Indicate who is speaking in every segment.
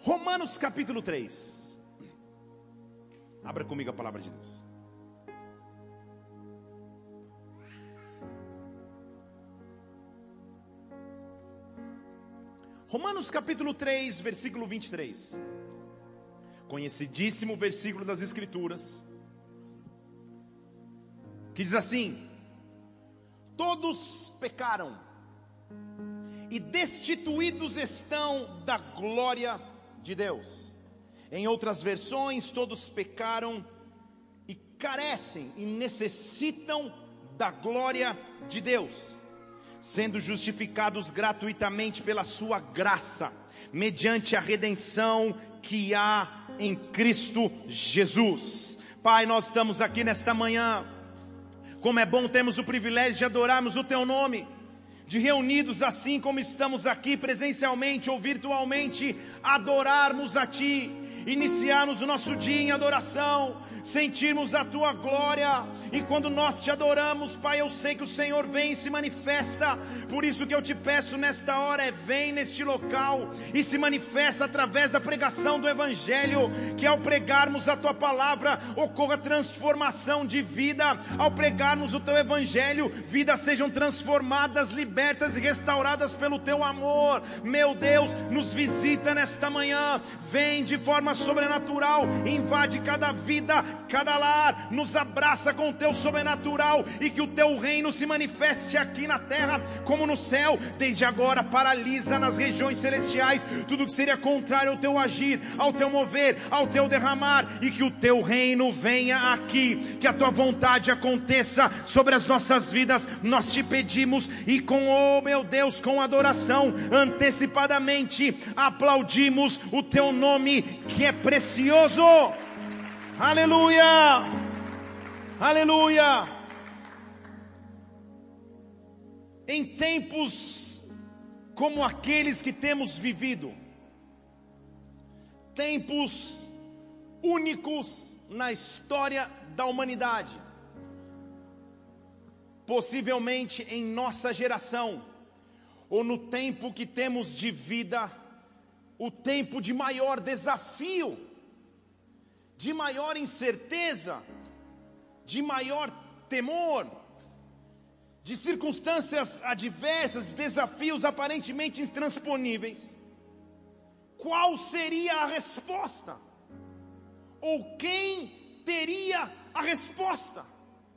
Speaker 1: Romanos capítulo 3. Abra comigo a palavra de Deus. Romanos capítulo 3, versículo 23. Conhecidíssimo versículo das Escrituras, que diz assim: todos pecaram e destituídos estão da glória de Deus. Em outras versões, todos pecaram e carecem e necessitam da glória de Deus, sendo justificados gratuitamente pela sua graça, mediante a redenção que há em Cristo Jesus. Pai, nós estamos aqui nesta manhã. Como é bom termos o privilégio de adorarmos o Teu nome, de reunidos assim como estamos aqui presencialmente ou virtualmente, adorarmos a Ti, iniciarmos o nosso dia em adoração, sentirmos a Tua glória. E quando nós Te adoramos, Pai, eu sei que o Senhor vem e se manifesta. Por isso que eu Te peço nesta hora, vem neste local e se manifesta através da pregação do Evangelho, que ao pregarmos a Tua palavra, ocorra transformação de vida. Ao pregarmos o Teu Evangelho, vidas sejam transformadas, libertas e restauradas pelo Teu amor. Meu Deus, nos visita nesta manhã, vem de forma sobrenatural, invade cada vida, cada lar, nos abraça com o Teu sobrenatural, e que o Teu reino se manifeste aqui na terra como no céu. Desde agora paralisa nas regiões celestiais tudo que seria contrário ao Teu agir, ao Teu mover, ao Teu derramar, e que o Teu reino venha aqui, que a Tua vontade aconteça sobre as nossas vidas. Nós Te pedimos, e com, oh meu Deus, com adoração, antecipadamente aplaudimos o Teu nome, que é precioso. Aleluia, aleluia. Em tempos como aqueles que temos vivido, tempos únicos na história da humanidade, possivelmente em nossa geração, ou no tempo que temos de vida, o tempo de maior desafio, de maior incerteza, de maior temor, de circunstâncias adversas, desafios aparentemente intransponíveis. Qual seria a resposta? Ou quem teria a resposta?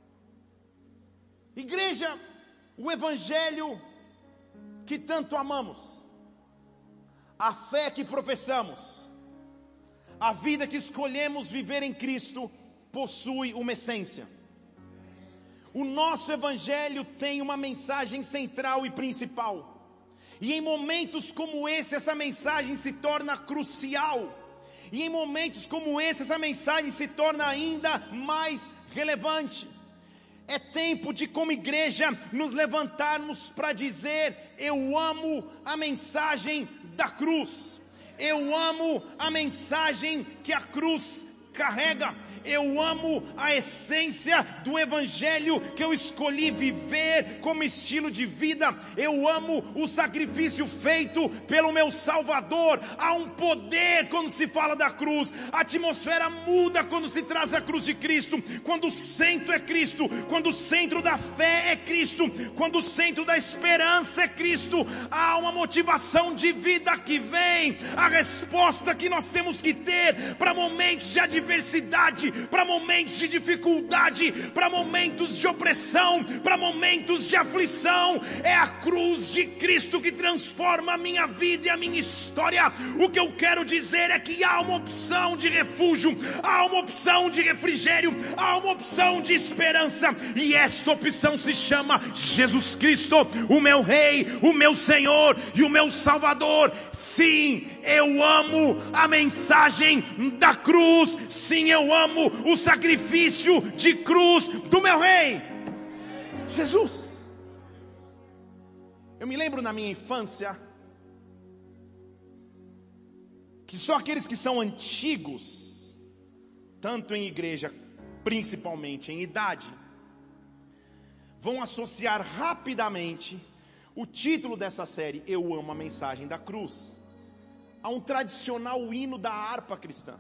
Speaker 1: Igreja, o Evangelho que tanto amamos, a fé que professamos, a vida que escolhemos viver em Cristo, possui uma essência. O nosso Evangelho tem uma mensagem central e principal, e em momentos como esse, essa mensagem se torna crucial, e em momentos como esse, essa mensagem se torna ainda mais relevante. É tempo de, como igreja, nos levantarmos para dizer: eu amo a mensagem da cruz, eu amo a mensagem que a cruz carrega, eu amo a essência do Evangelho que eu escolhi viver como estilo de vida, eu amo o sacrifício feito pelo meu Salvador. Há um poder quando se fala da cruz, a atmosfera muda quando se traz a cruz de Cristo, quando o centro é Cristo, quando o centro da fé é Cristo, quando o centro da esperança é Cristo. Há uma motivação de vida que vem, a resposta que nós temos que ter para momentos de adversidade, para momentos de dificuldade, para momentos de opressão, para momentos de aflição. É a cruz de Cristo que transforma a minha vida e a minha história. O que eu quero dizer é que há uma opção de refúgio, há uma opção de refrigério, há uma opção de esperança, e esta opção se chama Jesus Cristo, o meu Rei, o meu Senhor e o meu Salvador. Sim, eu amo a mensagem da cruz. Sim, eu amo o sacrifício de cruz do meu Rei, Jesus. Eu me lembro na minha infância que só aqueles que são antigos, tanto em igreja, principalmente em idade, vão associar rapidamente o título dessa série, Eu Amo a Mensagem da Cruz, a um tradicional hino da harpa cristã.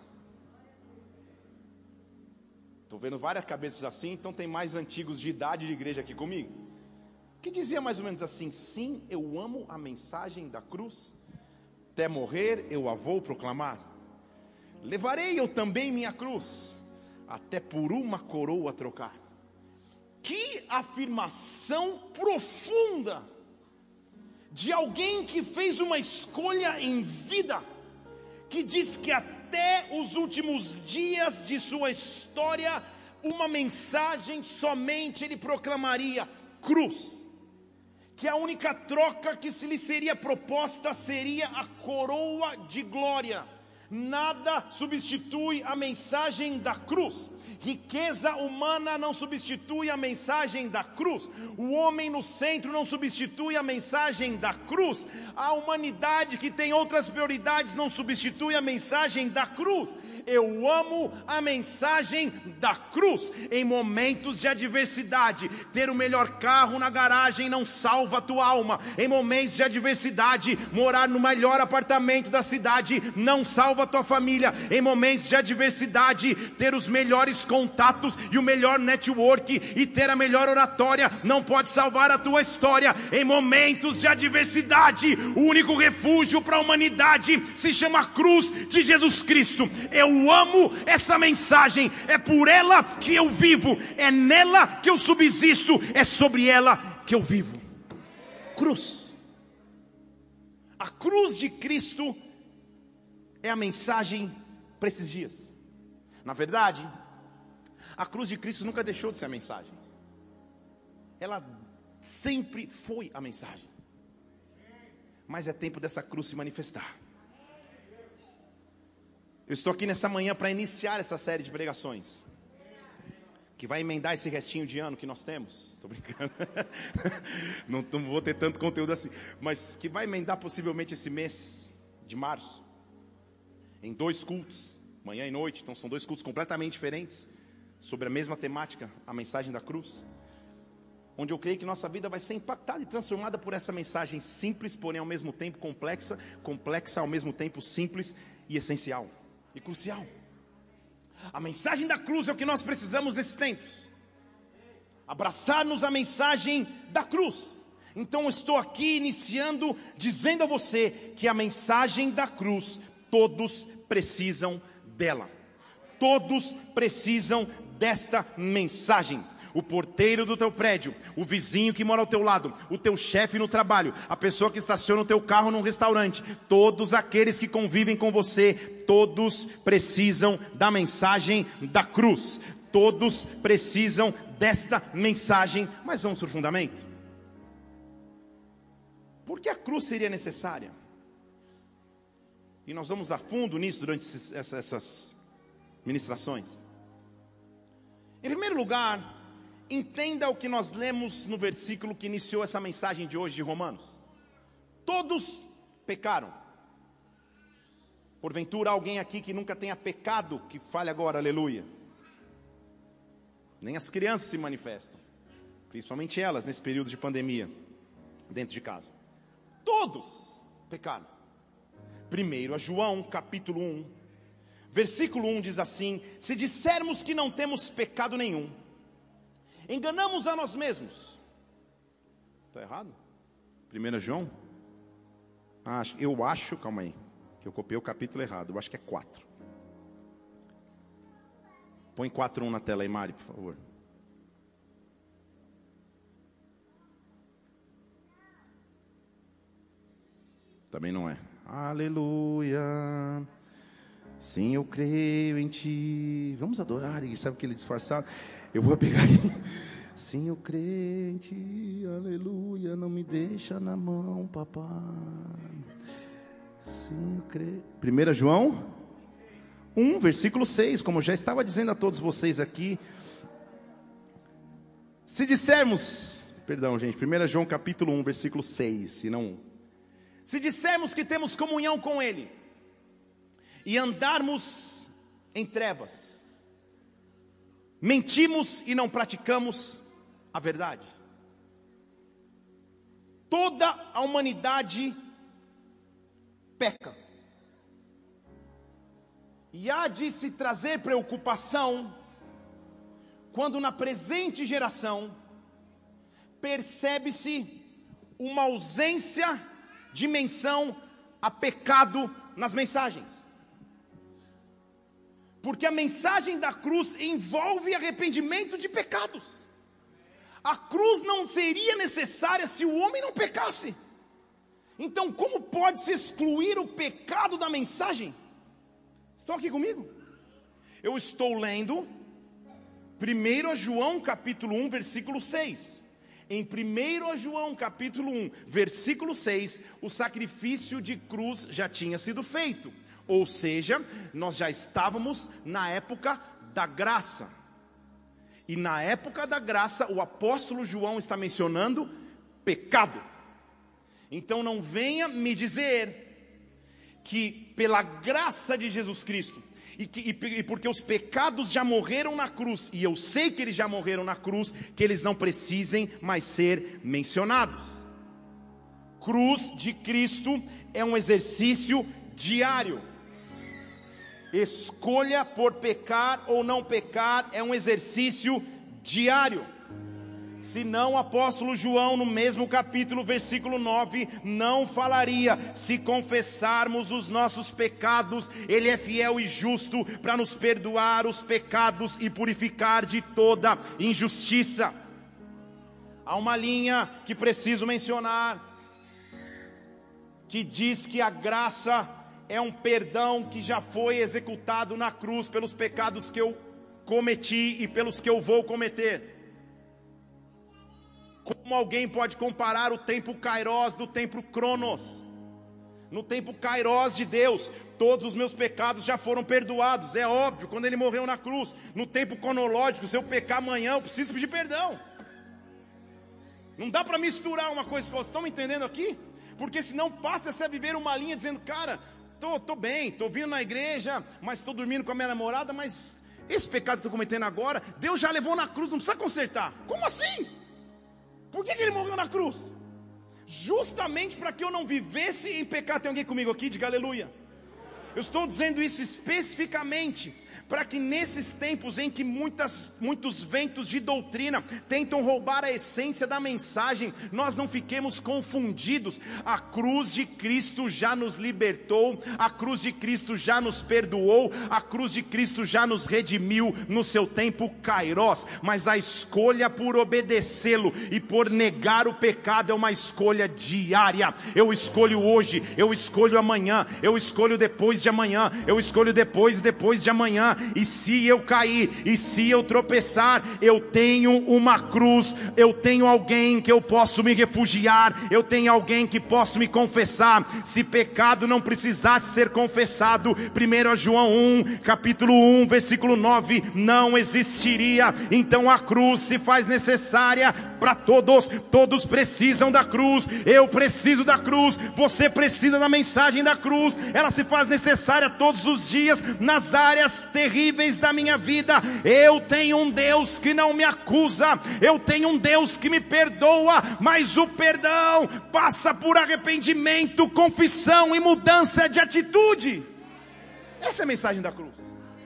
Speaker 1: Estou vendo várias cabeças assim, então tem mais antigos de idade de igreja aqui comigo. Que dizia mais ou menos assim: sim, eu amo a mensagem da cruz, até morrer eu a vou proclamar. Levarei eu também minha cruz, até por uma coroa trocar. Que afirmação profunda de alguém que fez uma escolha em vida, que diz que até os últimos dias de sua história, uma mensagem somente ele proclamaria: cruz. Que a única troca que se lhe seria proposta seria a coroa de glória. Nada substitui a mensagem da cruz. Riqueza humana não substitui a mensagem da cruz. O homem no centro não substitui a mensagem da cruz. A humanidade que tem outras prioridades não substitui a mensagem da cruz. Eu amo a mensagem da cruz. Em momentos de adversidade, ter o melhor carro na garagem não salva a tua alma. Em momentos de adversidade, morar no melhor apartamento da cidade não salva a tua família. Em momentos de adversidade, ter os melhores contatos e o melhor network e ter a melhor oratória não pode salvar a tua história. Em momentos de adversidade, o único refúgio para a humanidade se chama cruz de Jesus Cristo. Eu amo essa mensagem, é por ela que eu vivo, é nela que eu subsisto, é sobre ela que eu vivo. Cruz. A cruz de Cristo é a mensagem para esses dias. Na verdade, a cruz de Cristo nunca deixou de ser a mensagem. Ela sempre foi a mensagem. Mas é tempo dessa cruz se manifestar. Eu estou aqui nessa manhã para iniciar essa série de pregações, que vai emendar esse restinho de ano que nós temos. Estou brincando. Não vou ter tanto conteúdo assim, mas que vai emendar possivelmente esse mês de março, em 2 cultos, manhã e noite. Então são 2 cultos completamente diferentes, sobre a mesma temática, a mensagem da cruz, onde eu creio que nossa vida vai ser impactada e transformada por essa mensagem simples, porém ao mesmo tempo complexa ao mesmo tempo simples e essencial e crucial. A mensagem da cruz é o que nós precisamos nesses tempos. Abraçar-nos a mensagem da cruz. Então eu estou aqui iniciando dizendo a você que a mensagem da cruz, todos precisam dela. Todos precisam desta mensagem. O porteiro do teu prédio, o vizinho que mora ao teu lado, o teu chefe no trabalho, a pessoa que estaciona o teu carro num restaurante, todos aqueles que convivem com você, todos precisam da mensagem da cruz. Todos precisam desta mensagem. Mas vamos para o fundamento. Por que a cruz seria necessária? E nós vamos a fundo nisso durante essas ministrações. Em primeiro lugar, entenda o que nós lemos no versículo que iniciou essa mensagem de hoje de Romanos. Todos pecaram. Porventura alguém aqui que nunca tenha pecado, que fale agora, aleluia. Nem as crianças se manifestam, principalmente elas nesse período de pandemia, dentro de casa. Todos pecaram. Primeiro a João capítulo 1, versículo 1 diz assim: se dissermos que não temos pecado nenhum, enganamos a nós mesmos. Está errado? 1 João? Eu acho, calma aí, que eu copiei o capítulo errado, eu acho que é 4. Põe 4:1 na tela aí, Mari, por favor. Também não é. Aleluia. Sim, eu creio em ti. Vamos adorar. E sabe aquele disfarçado? Eu vou pegar aqui. Sim, eu creio em ti. Aleluia. Não me deixa na mão, papai. Sim, eu creio. 1 João 1, versículo 6. Como eu já estava dizendo a todos vocês aqui. Se dissermos, perdão gente, 1 João capítulo 1, versículo 6, se não 1. Se dissermos que temos comunhão com Ele e andarmos em trevas, mentimos e não praticamos a verdade. Toda a humanidade peca. E há de se trazer preocupação quando na presente geração percebe-se uma ausência de menção a pecado nas mensagens. Porque a mensagem da cruz envolve arrependimento de pecados. A cruz não seria necessária se o homem não pecasse. Então, como pode-se excluir o pecado da mensagem? Estão aqui comigo? Eu estou lendo 1 João capítulo 1, versículo 6. Em 1 João capítulo 1, versículo 6, o sacrifício de cruz já tinha sido feito. Ou seja, nós já estávamos na época da graça. E na época da graça, o apóstolo João está mencionando pecado. Então não venha me dizer que pela graça de Jesus Cristo, e porque os pecados já morreram na cruz, e eu sei que eles já morreram na cruz, que eles não precisem mais ser mencionados. Cruz de Cristo é um exercício diário. Escolha por pecar ou não pecar é um exercício diário. Senão o apóstolo João, no mesmo capítulo, versículo 9, não falaria: se confessarmos os nossos pecados, Ele é fiel e justo para nos perdoar os pecados e purificar de toda injustiça. Há uma linha que preciso mencionar, que diz que a graça é um perdão que já foi executado na cruz pelos pecados que eu cometi e pelos que eu vou cometer. Como alguém pode comparar o tempo Kairos do tempo Cronos? No tempo Kairos de Deus, todos os meus pecados já foram perdoados. É óbvio, quando Ele morreu na cruz. No tempo cronológico, se eu pecar amanhã, eu preciso pedir perdão. Não dá para misturar uma coisa com outra. Estão me entendendo aqui? Porque senão passa-se a viver uma linha dizendo: cara, tô bem, tô vindo na igreja, mas estou dormindo com a minha namorada, mas esse pecado que estou cometendo agora, Deus já levou na cruz, não precisa consertar. Como assim? Por que Ele morreu na cruz? Justamente para que eu não vivesse em pecado. Tem alguém comigo aqui? Diga aleluia. Eu estou dizendo isso especificamente para que nesses tempos em que muitos ventos de doutrina tentam roubar a essência da mensagem, nós não fiquemos confundidos. A cruz de Cristo já nos libertou, a cruz de Cristo já nos perdoou, a cruz de Cristo já nos redimiu no seu tempo Kairos. Mas a escolha por obedecê-lo e por negar o pecado é uma escolha diária. Eu escolho hoje, eu escolho amanhã, eu escolho depois de amanhã, eu escolho depois de amanhã. E se eu cair, e se eu tropeçar, eu tenho uma cruz, eu tenho alguém que eu posso me refugiar, eu tenho alguém que posso me confessar. Se pecado não precisasse ser confessado, 1 João 1, capítulo 1, versículo 9, não existiria. Então a cruz se faz necessária para todos. Todos precisam da cruz. Eu preciso da cruz, você precisa da mensagem da cruz. Ela se faz necessária todos os dias, nas áreas terríveis da minha vida. Eu tenho um Deus que não me acusa, eu tenho um Deus que me perdoa, mas o perdão passa por arrependimento, confissão e mudança de atitude. Essa é a mensagem da cruz.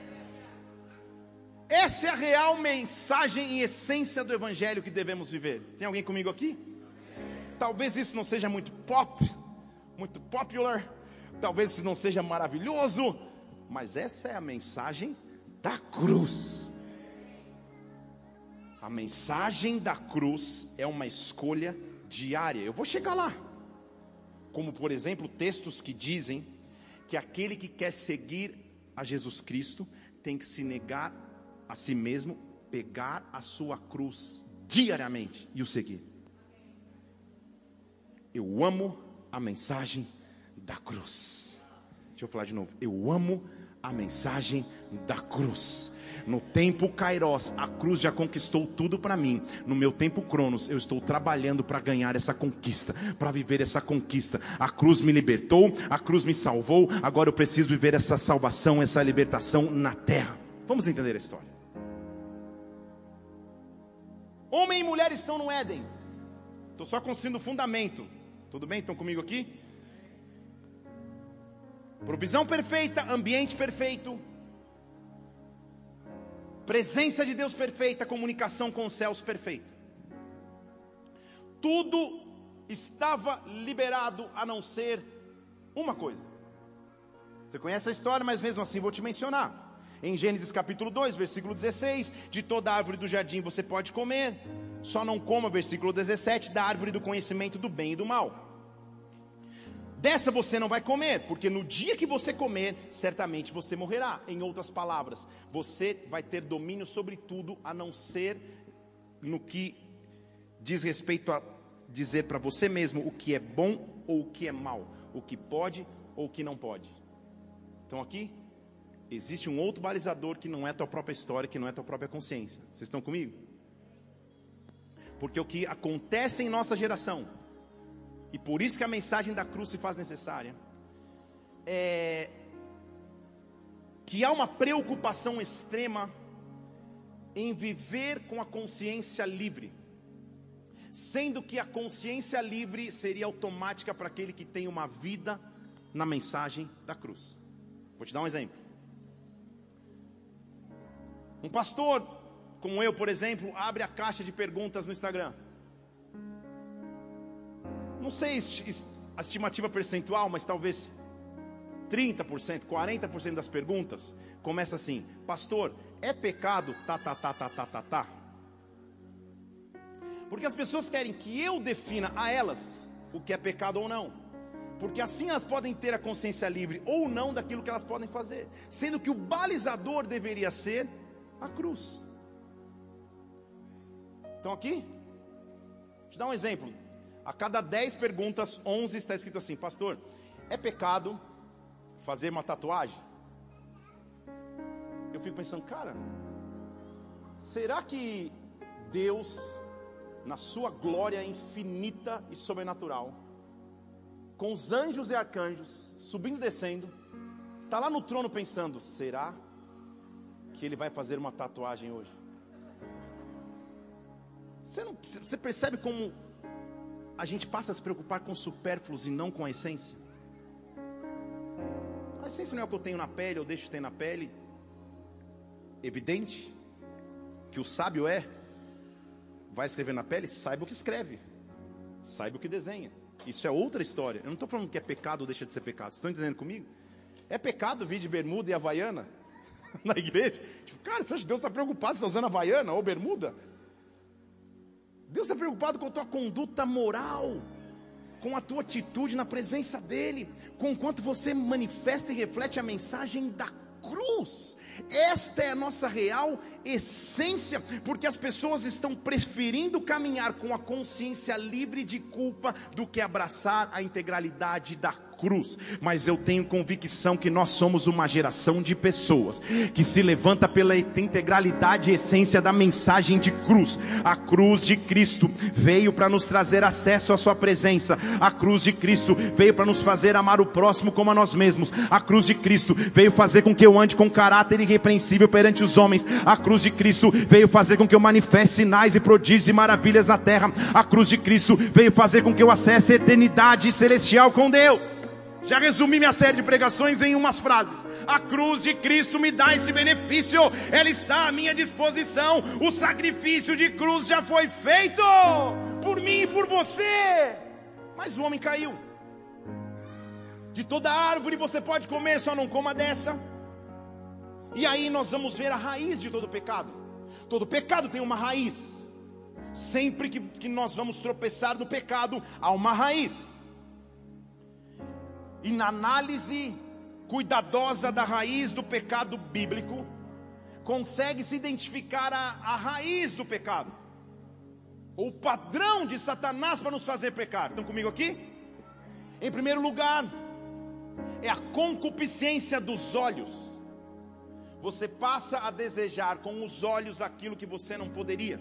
Speaker 1: Essa é a real mensagem e essência do evangelho que devemos viver. Tem alguém comigo aqui? Talvez isso não seja muito popular, talvez isso não seja maravilhoso, mas essa é a mensagem da cruz. A mensagem da cruz é uma escolha diária. Eu vou chegar lá. Como por exemplo, textos que dizem que aquele que quer seguir a Jesus Cristo tem que se negar a si mesmo, pegar a sua cruz diariamente e o seguir. Eu amo a mensagem da cruz. Deixa eu falar de novo. Eu amo a mensagem da cruz. No tempo Kairos, a cruz já conquistou tudo para mim. No meu tempo Cronos, eu estou trabalhando para ganhar essa conquista, para viver essa conquista. A cruz me libertou, a cruz me salvou. Agora eu preciso viver essa salvação, essa libertação na terra. Vamos entender a história. Homem e mulher estão no Éden. Estou só construindo o fundamento. Tudo bem? Estão comigo aqui? Provisão perfeita, ambiente perfeito, presença de Deus perfeita, comunicação com os céus perfeita. Tudo estava liberado a não ser uma coisa. Você conhece a história, mas mesmo assim vou te mencionar. Em Gênesis capítulo 2, versículo 16, de toda árvore do jardim você pode comer, só não coma, versículo 17, da árvore do conhecimento do bem e do mal. Dessa você não vai comer, porque no dia que você comer, certamente você morrerá. Em outras palavras, você vai ter domínio sobre tudo, a não ser no que diz respeito a dizer para você mesmo o que é bom ou o que é mal, o que pode ou o que não pode. Então aqui, existe um outro balizador que não é a tua própria história, que não é a tua própria consciência. Vocês estão comigo? Porque o que acontece em nossa geração, e por isso que a mensagem da cruz se faz necessária, é que há uma preocupação extrema em viver com a consciência livre, sendo que a consciência livre seria automática para aquele que tem uma vida na mensagem da cruz. Vou te dar um exemplo. Um pastor, como eu, por exemplo, abre a caixa de perguntas no Instagram. Não sei a estimativa percentual, mas talvez 30%, 40% das perguntas começa assim: pastor, é pecado tá. Porque as pessoas querem que eu defina a elas o que é pecado ou não, porque assim elas podem ter a consciência livre ou não daquilo que elas podem fazer, sendo que o balizador deveria ser a cruz. Então aqui, vou te dar um exemplo. A cada 10 perguntas, 11 está escrito assim: pastor, é pecado fazer uma tatuagem? Eu fico pensando, cara, será que Deus, na sua glória infinita e sobrenatural, com os anjos e arcanjos, subindo e descendo, está lá no trono pensando, será que ele vai fazer uma tatuagem hoje? Você percebe como a gente passa a se preocupar com supérfluos e não com a essência? A essência não é o que eu tenho na pele, eu deixo de ter na pele. Evidente que o sábio vai escrever na pele, saiba o que escreve, saiba o que desenha. Isso é outra história. Eu não estou falando que é pecado ou deixa de ser pecado. Vocês estão entendendo comigo? É pecado vir de bermuda e havaiana na igreja? Tipo, cara, você acha que Deus está preocupado se está usando havaiana ou bermuda? Deus está preocupado com a tua conduta moral, com a tua atitude na presença dEle, com o quanto você manifesta e reflete a mensagem da cruz. Esta é a nossa real essência, porque as pessoas estão preferindo caminhar com a consciência livre de culpa do que abraçar a integralidade da cruz. Mas eu tenho convicção que nós somos uma geração de pessoas que se levanta pela integralidade e essência da mensagem de cruz. A cruz de Cristo veio para nos trazer acesso à sua presença. A cruz de Cristo veio para nos fazer amar o próximo como a nós mesmos. A cruz de Cristo veio fazer com que eu ande com caráter irrepreensível perante os homens. A cruz de Cristo veio fazer com que eu manifeste sinais e prodígios e maravilhas na terra. A cruz de Cristo veio fazer com que eu acesse a eternidade celestial com Deus. Já resumi minha série de pregações em umas frases. A cruz de Cristo me dá esse benefício, ela está à minha disposição. O sacrifício de cruz já foi feito por mim e por você. Mas o homem caiu. De toda árvore você pode comer, só não coma dessa. E aí nós vamos ver a raiz de todo pecado. Todo pecado tem uma raiz. Sempre que nós vamos tropeçar no pecado, há uma raiz. E na análise cuidadosa da raiz do pecado bíblico, consegue-se identificar a raiz do pecado, ou o padrão de Satanás para nos fazer pecar. Estão comigo aqui? Em primeiro lugar, é a concupiscência dos olhos. Você passa a desejar com os olhos aquilo que você não poderia.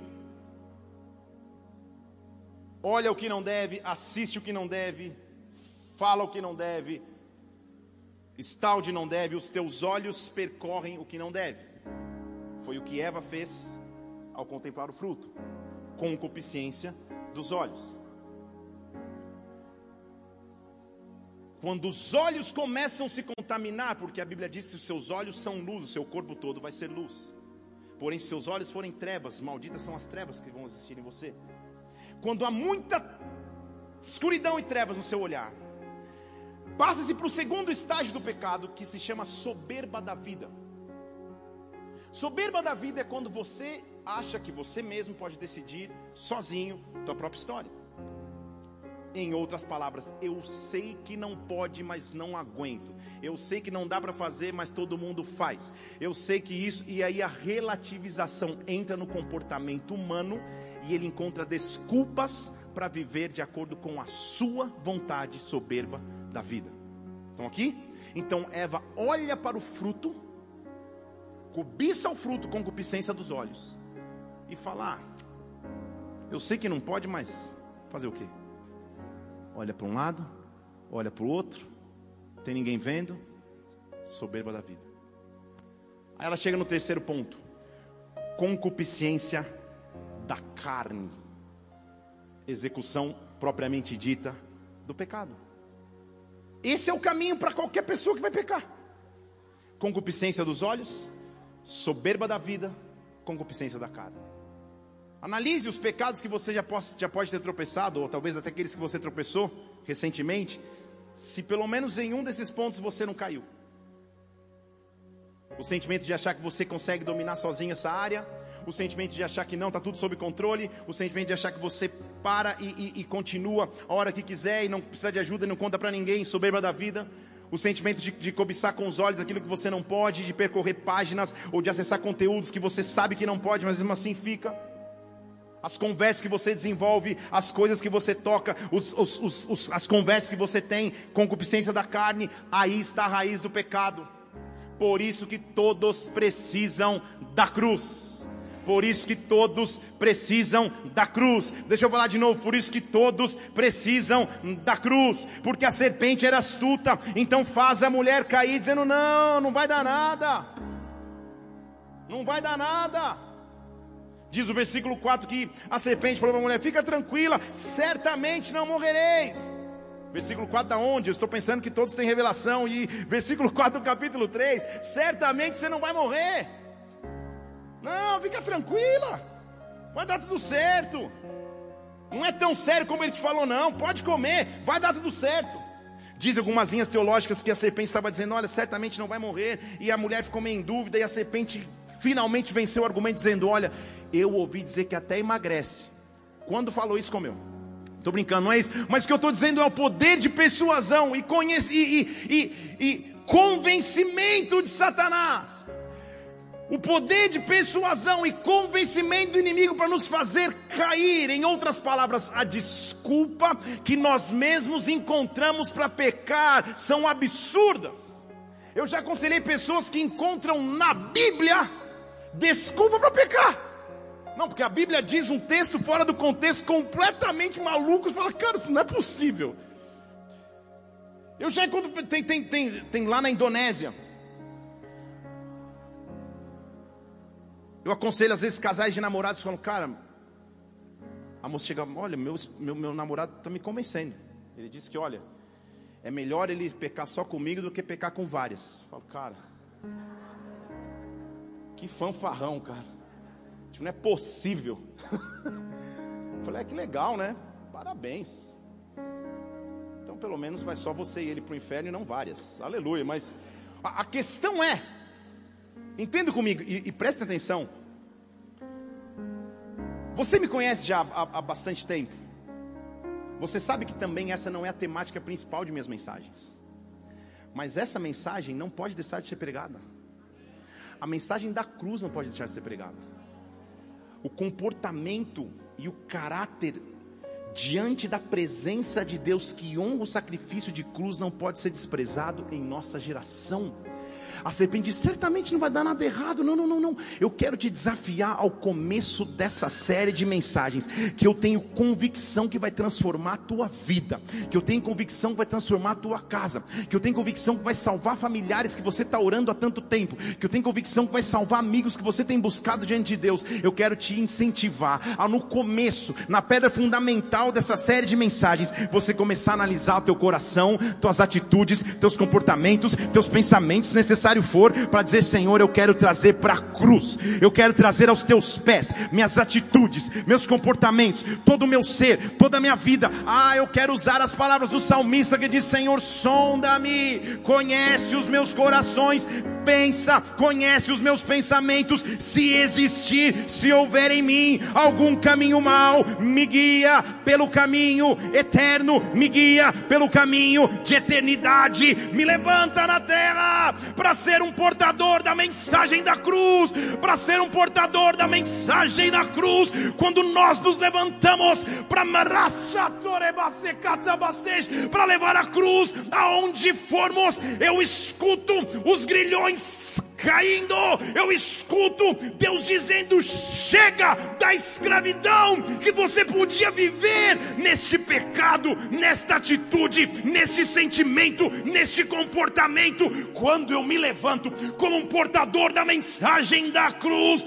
Speaker 1: Olha o que não deve, assiste o que não deve, fala o que não deve, está onde não deve, os teus olhos percorrem o que não deve. Foi o que Eva fez ao contemplar o fruto. Concupiscência dos olhos. Quando os olhos começam a se contaminar, porque a Bíblia diz que os seus olhos são luz, o seu corpo todo vai ser luz. Porém, se seus olhos forem trevas, malditas são as trevas que vão existir em você. Quando há muita escuridão e trevas no seu olhar, passa-se para o segundo estágio do pecado, que se chama soberba da vida. Soberba da vida é quando você acha que você mesmo pode decidir sozinho tua própria história. Em outras palavras, eu sei que não pode, mas não aguento. Eu sei que não dá para fazer, mas todo mundo faz. Eu sei que isso, e aí a relativização entra no comportamento humano e ele encontra desculpas para viver de acordo com a sua vontade soberba da vida. Estão aqui? Então Eva olha para o fruto, cobiça o fruto com concupiscência dos olhos e fala: eu sei que não pode, mas fazer o quê? Olha para um lado, olha para o outro, não tem ninguém vendo, soberba da vida. Aí ela chega no terceiro ponto: concupiscência da carne, execução propriamente dita do pecado. Esse é o caminho para qualquer pessoa que vai pecar: concupiscência dos olhos, soberba da vida, concupiscência da carne. Analise os pecados que você já pode ter tropeçado, ou talvez até aqueles que você tropeçou recentemente, se pelo menos em um desses pontos você não caiu. O sentimento de achar que você consegue dominar sozinho essa área, o sentimento de achar que não, está tudo sob controle, o sentimento de achar que você para e continua a hora que quiser e não precisa de ajuda e não conta para ninguém, soberba da vida. O sentimento de cobiçar com os olhos aquilo que você não pode, de percorrer páginas ou de acessar conteúdos que você sabe que não pode, mas mesmo assim fica. As conversas que você desenvolve, as coisas que você toca, as conversas que você tem, concupiscência da carne, aí está a raiz do pecado. Por isso que todos precisam da cruz. Por isso que todos precisam da cruz. Deixa eu falar de novo. Por isso que todos precisam da cruz. Porque a serpente era astuta, então faz a mulher cair dizendo: não vai dar nada. Não vai dar nada. Diz o versículo 4 que a serpente falou para a mulher: fica tranquila, certamente não morrereis. Versículo 4 da onde? Eu estou pensando que todos têm revelação. E versículo 4 do capítulo 3: certamente você não vai morrer. Não, fica tranquila, vai dar tudo certo. Não é tão sério como ele te falou, não. Pode comer, vai dar tudo certo. Diz algumas linhas teológicas que a serpente estava dizendo: olha, certamente não vai morrer. E a mulher ficou meio em dúvida, e a serpente finalmente venceu o argumento dizendo: olha, eu ouvi dizer que até emagrece. Quando falou isso, comeu. Estou brincando, não é isso. Mas o que eu estou dizendo é o poder de persuasão e convencimento de Satanás. O poder de persuasão e convencimento do inimigo para nos fazer cair. Em outras palavras, a desculpa que nós mesmos encontramos para pecar são absurdas. Eu já aconselhei pessoas que encontram na Bíblia desculpa para pecar. Não, porque a Bíblia diz um texto fora do contexto, completamente maluco. Você fala: cara, isso não é possível. Eu já encontro, tem lá na Indonésia. Eu aconselho às vezes casais de namorados que falam: cara, a moça chega: olha, meu namorado está me convencendo. Ele disse que, olha, é melhor ele pecar só comigo do que pecar com várias. Eu falo: cara, que fanfarrão, cara. Tipo, não é possível. Eu falei: que legal, né? Parabéns. Então pelo menos vai só você e ele para o inferno e não várias. Aleluia. Mas a questão é, entenda comigo e preste atenção. Você me conhece já há bastante tempo. Você sabe que também essa não é a temática principal de minhas mensagens. Mas essa mensagem não pode deixar de ser pregada. A mensagem da cruz não pode deixar de ser pregada. O comportamento e o caráter diante da presença de Deus que honra o sacrifício de cruz não pode ser desprezado em nossa geração. A serpente diz: certamente não vai dar nada errado. Não. Eu quero te desafiar ao começo dessa série de mensagens, que eu tenho convicção que vai transformar a tua vida, que eu tenho convicção que vai transformar a tua casa, que eu tenho convicção que vai salvar familiares que você está orando há tanto tempo, que eu tenho convicção que vai salvar amigos que você tem buscado diante de Deus. Eu quero te incentivar a, no começo, na pedra fundamental dessa série de mensagens, você começar a analisar o teu coração, tuas atitudes, teus comportamentos, teus pensamentos necessários necessário for, para dizer: Senhor, eu quero trazer para a cruz, eu quero trazer aos teus pés minhas atitudes, meus comportamentos, todo o meu ser, toda a minha vida. Eu quero usar as palavras do salmista que diz: Senhor, sonda-me, conhece os meus corações, pensa, conhece os meus pensamentos, se existir, se houver em mim algum caminho mau, me guia pelo caminho eterno, me guia pelo caminho de eternidade. Me levanta na terra para ser um portador da mensagem da cruz, para ser um portador da mensagem da cruz. Quando nós nos levantamos para levar a cruz aonde formos, eu escuto os grilhões caindo, eu escuto Deus dizendo: chega da escravidão que você podia viver neste pecado, nesta atitude, neste sentimento, neste comportamento. Quando eu me levanto como um portador da mensagem da cruz,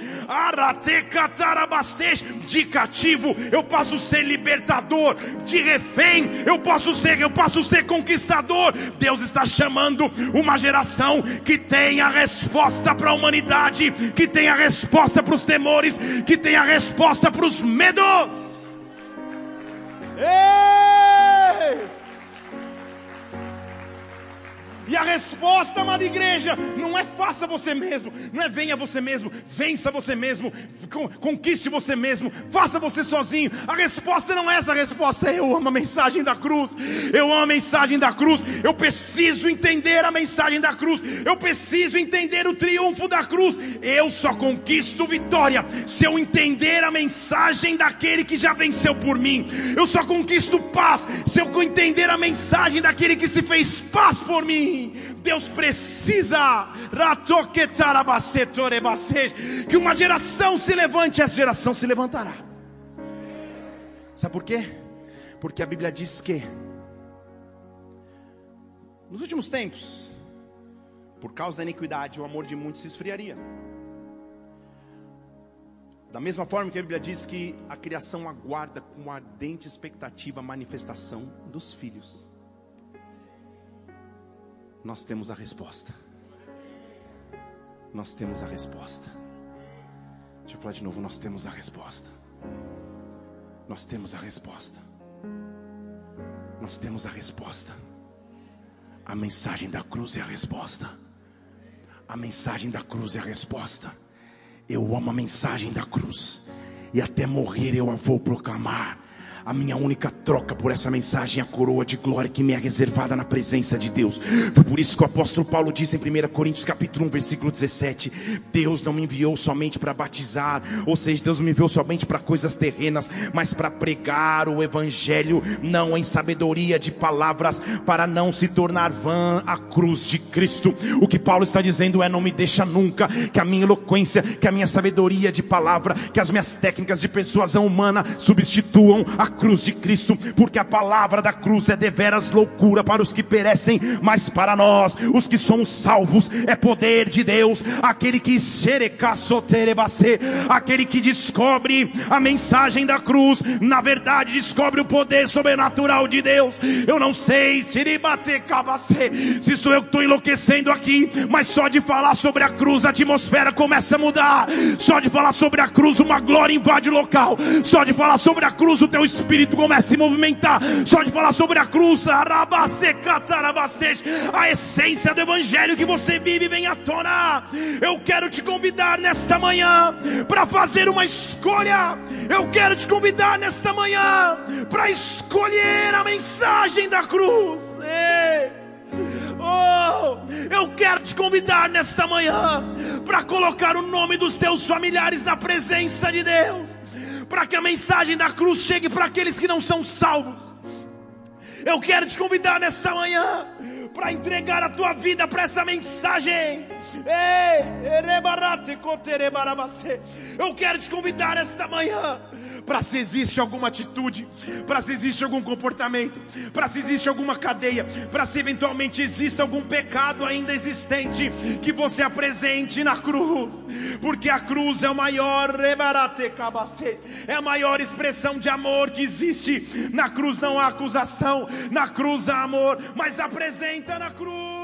Speaker 1: de cativo eu posso ser libertador, de refém eu posso ser conquistador. Deus está chamando uma geração que tem a resposta para a humanidade, que tem a resposta para os temores, que tem a resposta para os medos. Ei! E a resposta, amada igreja, não é faça você mesmo, não é venha você mesmo, vença você mesmo, conquiste você mesmo, faça você sozinho. A resposta não é essa, a resposta é: eu amo a mensagem da cruz, eu amo a mensagem da cruz, eu preciso entender a mensagem da cruz, eu preciso entender o triunfo da cruz. Eu só conquisto vitória se eu entender a mensagem daquele que já venceu por mim. Eu só conquisto paz se eu entender a mensagem daquele que se fez paz por mim. Deus precisa que uma geração se levante, essa geração se levantará. Sabe por quê? Porque a Bíblia diz que nos últimos tempos, por causa da iniquidade, o amor de muitos se esfriaria. Da mesma forma que a Bíblia diz que a criação aguarda com ardente expectativa a manifestação dos filhos. Nós temos a resposta. Nós temos a resposta. Deixa eu falar de novo. Nós temos a resposta. Nós temos a resposta. Nós temos a resposta. A mensagem da cruz é a resposta. A mensagem da cruz é a resposta. Eu amo a mensagem da cruz, e até morrer eu a vou proclamar. A minha única troca por essa mensagem é a coroa de glória que me é reservada na presença de Deus. Foi por isso que o apóstolo Paulo diz em 1 Coríntios capítulo 1 versículo 17: Deus não me enviou somente para batizar, ou seja, Deus me enviou somente para coisas terrenas, mas para pregar o evangelho, não em sabedoria de palavras, para não se tornar vã a cruz de Cristo. O que Paulo está dizendo é: não me deixa nunca que a minha eloquência, que a minha sabedoria de palavra, que as minhas técnicas de persuasão humana substituam a cruz de Cristo, porque a palavra da cruz é deveras loucura para os que perecem, mas para nós, os que somos salvos, é poder de Deus. Aquele que aquele que descobre a mensagem da cruz, na verdade descobre o poder sobrenatural de Deus. Eu não sei se sou eu que estou enlouquecendo aqui, mas só de falar sobre a cruz a atmosfera começa a mudar. Só de falar sobre a cruz uma glória invade o local. Só de falar sobre a cruz o teu espírito começa a se movimentar. Só de falar sobre a cruz a essência do evangelho que você vive vem à tona. Eu quero te convidar nesta manhã para fazer uma escolha. Eu quero te convidar nesta manhã para escolher a mensagem da cruz. Eu quero te convidar nesta manhã para colocar o nome dos teus familiares na presença de Deus, para que a mensagem da cruz chegue para aqueles que não são salvos. Eu quero te convidar nesta manhã para entregar a tua vida para essa mensagem. Eu quero te convidar esta manhã para, se existe alguma atitude, para se existe algum comportamento, para se existe alguma cadeia, para se eventualmente existe algum pecado ainda existente, que você apresente na cruz, porque a cruz é o maior, é a maior expressão de amor que existe. Na cruz não há acusação, na cruz há amor, mas apresenta na cruz.